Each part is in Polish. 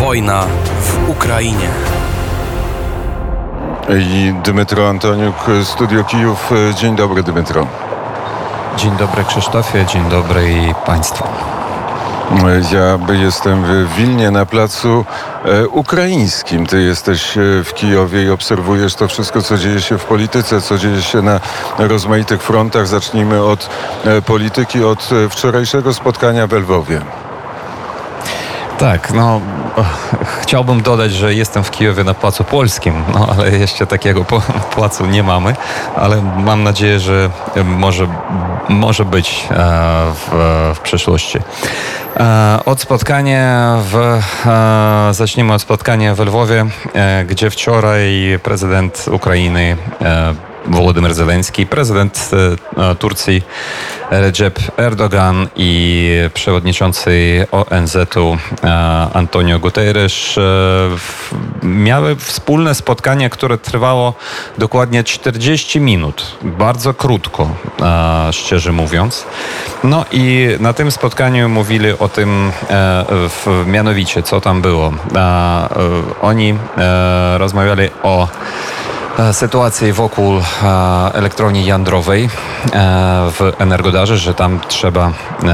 Wojna w Ukrainie. I Dmytro Antoniuk, Studio Kijów. Dzień dobry, Dmytro. Dzień dobry, Krzysztofie. Dzień dobry Państwu. Ja jestem w Wilnie na placu ukraińskim. Ty jesteś w Kijowie i obserwujesz to wszystko, co dzieje się w polityce, co dzieje się na rozmaitych frontach. Zacznijmy od polityki, od wczorajszego spotkania w Lwowie. Tak, chciałbym dodać, że jestem w Kijowie na Placu Polskim, ale jeszcze takiego placu nie ale mam nadzieję, że może być w przyszłości. Zacznijmy od spotkania w Lwowie, gdzie wczoraj prezydent Ukrainy Wołodymyr Zełenski, prezydent Turcji Recep Erdogan i przewodniczący ONZ-u Antonio Guterres miały wspólne spotkanie, które trwało dokładnie 40 minut. Bardzo krótko, szczerze mówiąc. No i na tym spotkaniu mówili o tym mianowicie, co tam było. Oni rozmawiali o sytuacji wokół elektrowni jądrowej w Energodarze, że tam trzeba,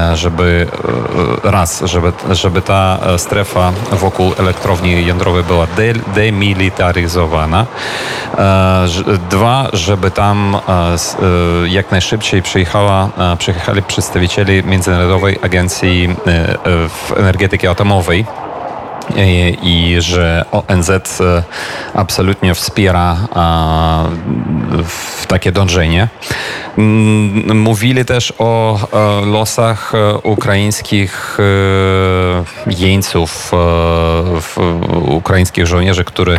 żeby ta strefa wokół elektrowni jądrowej była demilitaryzowana. Dwa, żeby tam jak najszybciej przyjechali przedstawiciele Międzynarodowej Agencji Energetyki Atomowej, i że ONZ absolutnie wspiera takie dążenie. Mówili też o losach ukraińskich jeńców, ukraińskich żołnierzy, którzy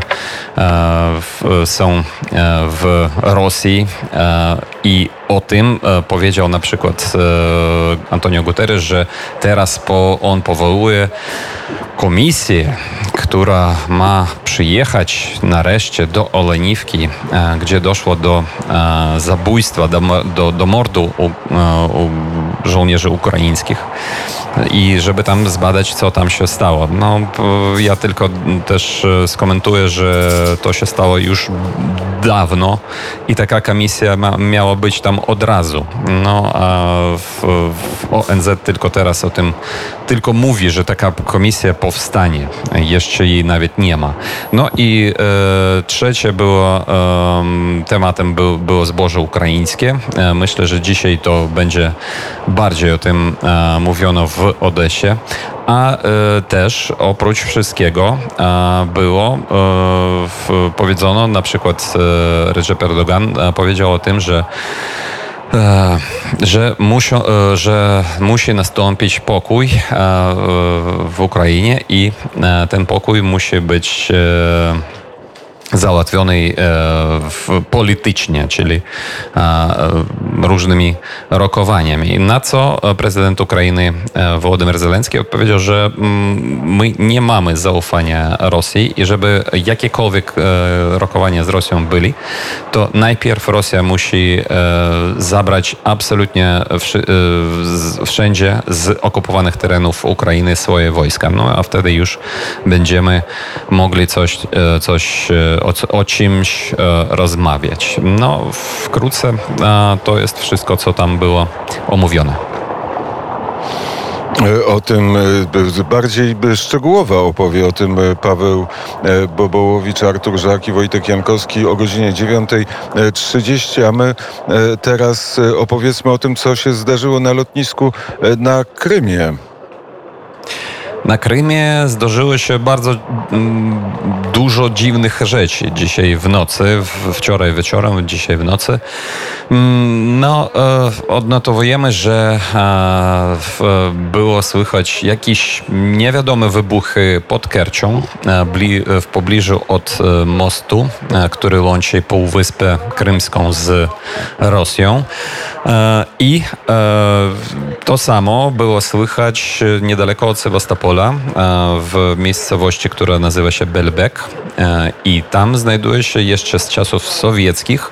są w Rosji i o tym powiedział na przykład Antonio Guterres, że teraz on powołuje komisję, która ma przyjechać nareszcie do Oleniwki, gdzie doszło do zabójstwa, do mordu u żołnierzy ukraińskich i żeby tam zbadać, co tam się stało. Ja tylko też skomentuję, że to się stało już dawno i taka komisja miała być tam od razu. A w ONZ tylko teraz o tym tylko mówi, że taka komisja powstanie. Jeszcze jej nawet nie ma. I trzecie tematem było zboże ukraińskie. Myślę, że dzisiaj to będzie bardziej o tym mówiono w Odesie. A też oprócz wszystkiego było powiedziano, na przykład Recep Erdogan powiedział o tym, że musi nastąpić pokój w Ukrainie i ten pokój musi być załatwiony politycznie, czyli różnymi rokowaniami. Na co prezydent Ukrainy Wołodymyr Zełenski odpowiedział, że my nie mamy zaufania Rosji i żeby jakiekolwiek rokowania z Rosją byli, to najpierw Rosja musi zabrać absolutnie wszędzie z okupowanych terenów Ukrainy swoje wojska. A wtedy już będziemy mogli o czymś rozmawiać. Wkrótce to jest wszystko, co tam było omówione. O tym bardziej szczegółowo opowie o tym Paweł Bobołowicz, Artur Żak i Wojtek Jankowski o godzinie 9:30, a my teraz opowiedzmy o tym, co się zdarzyło na lotnisku na Krymie. Na Krymie zdarzyło się bardzo dużo dziwnych rzeczy dzisiaj w nocy, wczoraj wieczorem, dzisiaj w nocy. Odnotowujemy, że było słychać jakieś niewiadome wybuchy pod Kerczą, w pobliżu od mostu, który łączy Półwyspę Krymską z Rosją. I to samo było słychać niedaleko od Sewastopola, w miejscowości, która nazywa się Belbek, i tam znajduje się jeszcze z czasów sowieckich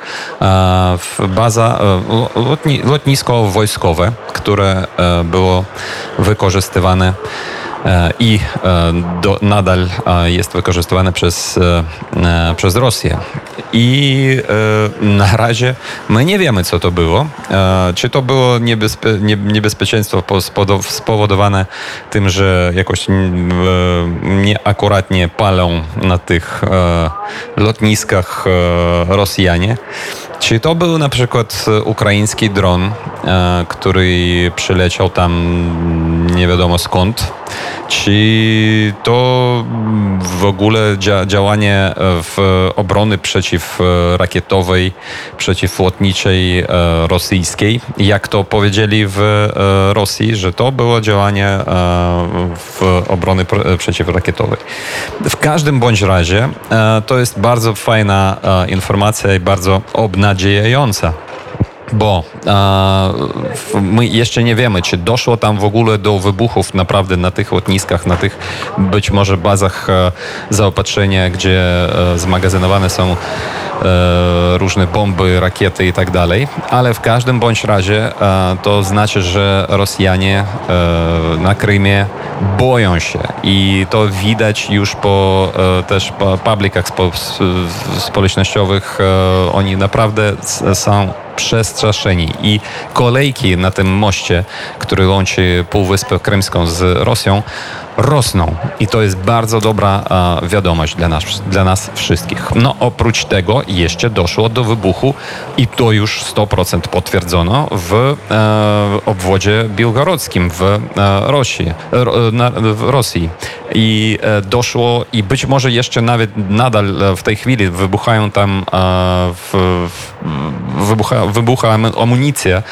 lotnisko wojskowe, które było wykorzystywane i nadal jest wykorzystywane przez Rosję. I na razie my nie wiemy, co to było. Czy to było niebezpieczeństwo spowodowane tym, że jakoś nieakuratnie palą na tych lotniskach Rosjanie. Czy to był na przykład ukraiński dron, który przyleciał tam nie wiadomo skąd? Czy to w ogóle działanie w obrony przeciwrakietowej, przeciwlotniczej rosyjskiej? Jak to powiedzieli w Rosji, że to było działanie w obrony przeciwrakietowej. W każdym bądź razie to jest bardzo fajna informacja i bardzo obnadziejająca. Bo my jeszcze nie wiemy, czy doszło tam w ogóle do wybuchów naprawdę na tych lotniskach, na tych być może bazach zaopatrzenia, gdzie zmagazynowane są różne bomby, rakiety i tak dalej. Ale w każdym bądź razie to znaczy, że Rosjanie na Krymie boją się i to widać już po też po publikach społecznościowych. Oni naprawdę są przestraszeni i kolejki na tym moście, który łączy Półwyspę Krymską z Rosją, rosną. I to jest bardzo dobra wiadomość dla nas wszystkich. No oprócz tego jeszcze doszło do wybuchu i to już 100% potwierdzono w obwodzie białgorodzkim w Rosji. I doszło i być może jeszcze nadal w tej chwili wybuchają tam wybucha amunicja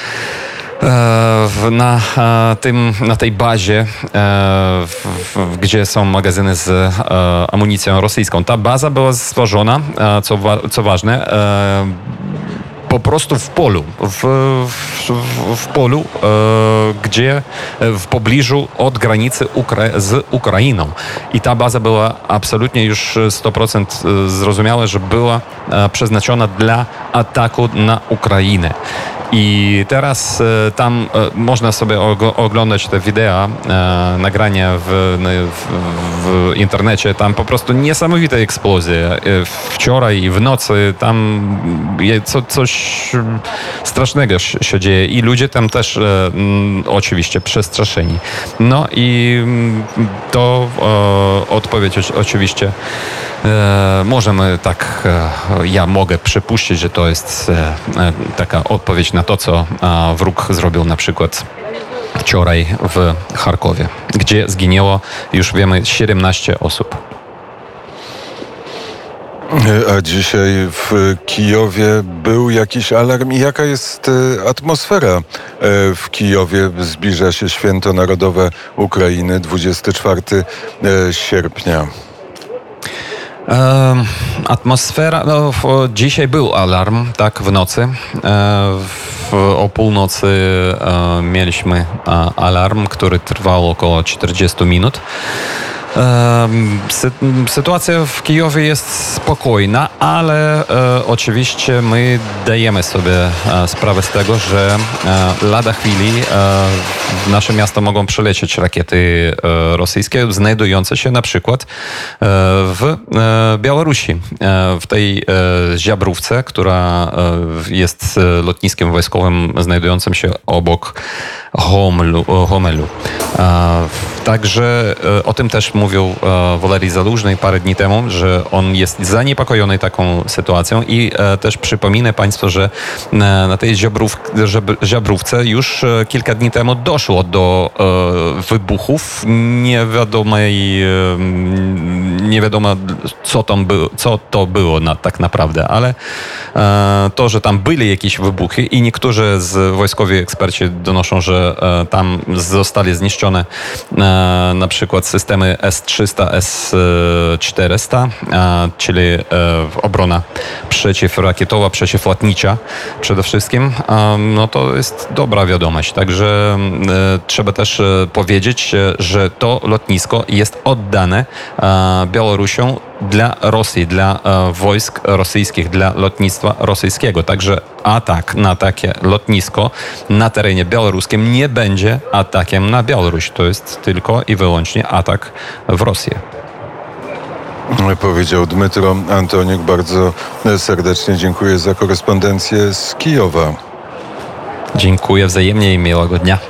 na tej bazie, gdzie są magazyny z amunicją rosyjską. Ta baza była stworzona, co ważne, po prostu w polu, w polu, gdzie w pobliżu od granicy z Ukrainą. I ta baza była absolutnie już 100% zrozumiałe, że była przeznaczona dla ataku na Ukrainę. I teraz tam można sobie oglądać te wideo, nagrania w internecie. Tam po prostu niesamowite eksplozje. Wczoraj i w nocy tam coś strasznego się dzieje i ludzie tam też oczywiście przestraszeni. No i to odpowiedź oczywiście możemy tak, ja mogę przypuścić, że to jest taka odpowiedź na to, co wróg zrobił na przykład wczoraj w Charkowie, gdzie zginęło, już wiemy, 17 osób. A dzisiaj w Kijowie był jakiś alarm i jaka jest atmosfera w Kijowie? Zbliża się Święto Narodowe Ukrainy, 24 sierpnia. Atmosfera, dzisiaj był alarm, tak, w nocy. O północy mieliśmy alarm, który trwał około 40 minut. Sytuacja w Kijowie jest spokojna, ale oczywiście my dajemy sobie sprawę z tego, że lada chwili w nasze miasto mogą przylecieć rakiety rosyjskie znajdujące się na przykład w Białorusi, w tej Ziabrówce, która jest lotniskiem wojskowym znajdującym się obok Homelu. Także o tym też mówił Walerii Zalużny parę dni temu, że on jest zaniepokojony taką sytuacją i też przypominę Państwu, że na tej Ziabrówce już kilka dni temu doszło do wybuchów. Nie wiadomo co to było tak naprawdę, ale to, że tam byli jakieś wybuchy i niektórzy wojskowi eksperci donoszą, że tam zostali zniszczone na przykład systemy S-300, S-400, czyli obrona przeciwrakietowa, przeciwlotnicza przede wszystkim. No to jest dobra wiadomość. Także trzeba też powiedzieć, że to lotnisko jest oddane Białorusią dla Rosji, dla wojsk rosyjskich, dla lotnictwa rosyjskiego. Także atak na takie lotnisko na terenie białoruskim nie będzie atakiem na Białoruś. To jest tylko i wyłącznie atak w Rosję. Powiedział Dmytro Antoniuk. Bardzo serdecznie dziękuję za korespondencję z Kijowa. Dziękuję wzajemnie i miłego dnia.